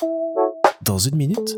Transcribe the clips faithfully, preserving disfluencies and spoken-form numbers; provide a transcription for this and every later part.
Dans une minute,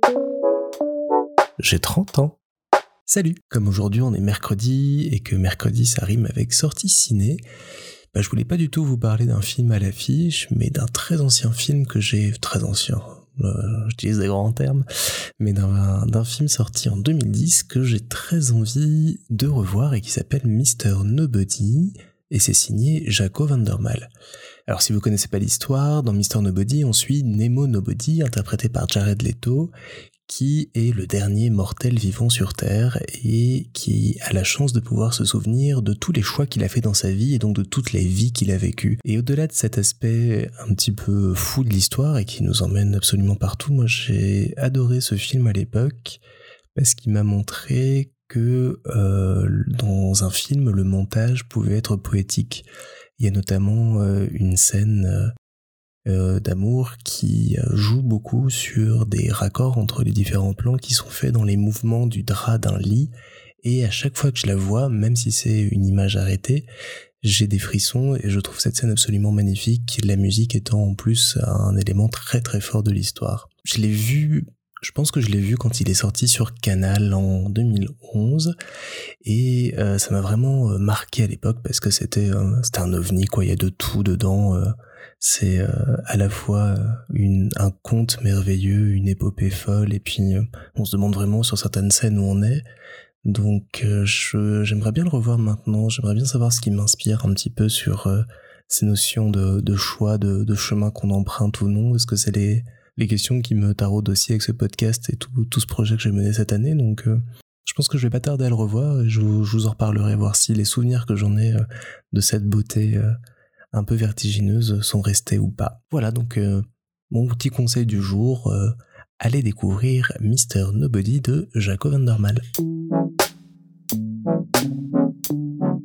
j'ai trente ans. Salut! Comme aujourd'hui on est mercredi et que mercredi ça rime avec sortie ciné, bah je voulais pas du tout vous parler d'un film à l'affiche, mais d'un très ancien film que j'ai... Très ancien, euh, j'utilise des grands termes, mais d'un, d'un film sorti en deux mille dix que j'ai très envie de revoir et qui s'appelle mister Nobody, et c'est signé Jaco van der Malle. Alors si vous connaissez pas l'histoire, dans mister Nobody on suit Nemo Nobody, interprété par Jared Leto, qui est le dernier mortel vivant sur Terre et qui a la chance de pouvoir se souvenir de tous les choix qu'il a fait dans sa vie et donc de toutes les vies qu'il a vécues. Et au-delà de cet aspect un petit peu fou de l'histoire et qui nous emmène absolument partout, moi j'ai adoré ce film à l'époque parce qu'il m'a montré que euh, dans un film, le montage pouvait être poétique. Il y a notamment euh, une scène... Euh, Euh, d'amour qui joue beaucoup sur des raccords entre les différents plans qui sont faits dans les mouvements du drap d'un lit, et à chaque fois que je la vois, même si c'est une image arrêtée, j'ai des frissons et je trouve cette scène absolument magnifique, la musique étant en plus un élément très très fort de l'histoire. Je l'ai vu, je pense que je l'ai vu quand il est sorti sur Canal en deux mille onze, et euh, ça m'a vraiment marqué à l'époque parce que c'était, euh, c'était un ovni quoi, il y a de tout dedans. euh, C'est euh, à la fois une, un conte merveilleux, une épopée folle, et puis euh, on se demande vraiment sur certaines scènes où on est. Donc euh, je, j'aimerais bien le revoir maintenant, j'aimerais bien savoir ce qui m'inspire un petit peu sur euh, ces notions de, de choix, de, de chemin qu'on emprunte ou non. Est-ce que c'est les, les questions qui me taraudent aussi avec ce podcast et tout, tout ce projet que j'ai mené cette année. Donc euh, je pense que je vais pas tarder à le revoir et je, je vous en reparlerai, voir si les souvenirs que j'en ai euh, de cette beauté... Euh, un peu vertigineuses sont restées ou pas. Voilà donc euh, mon petit conseil du jour, euh, allez découvrir mister Nobody de Jaco van der Malle.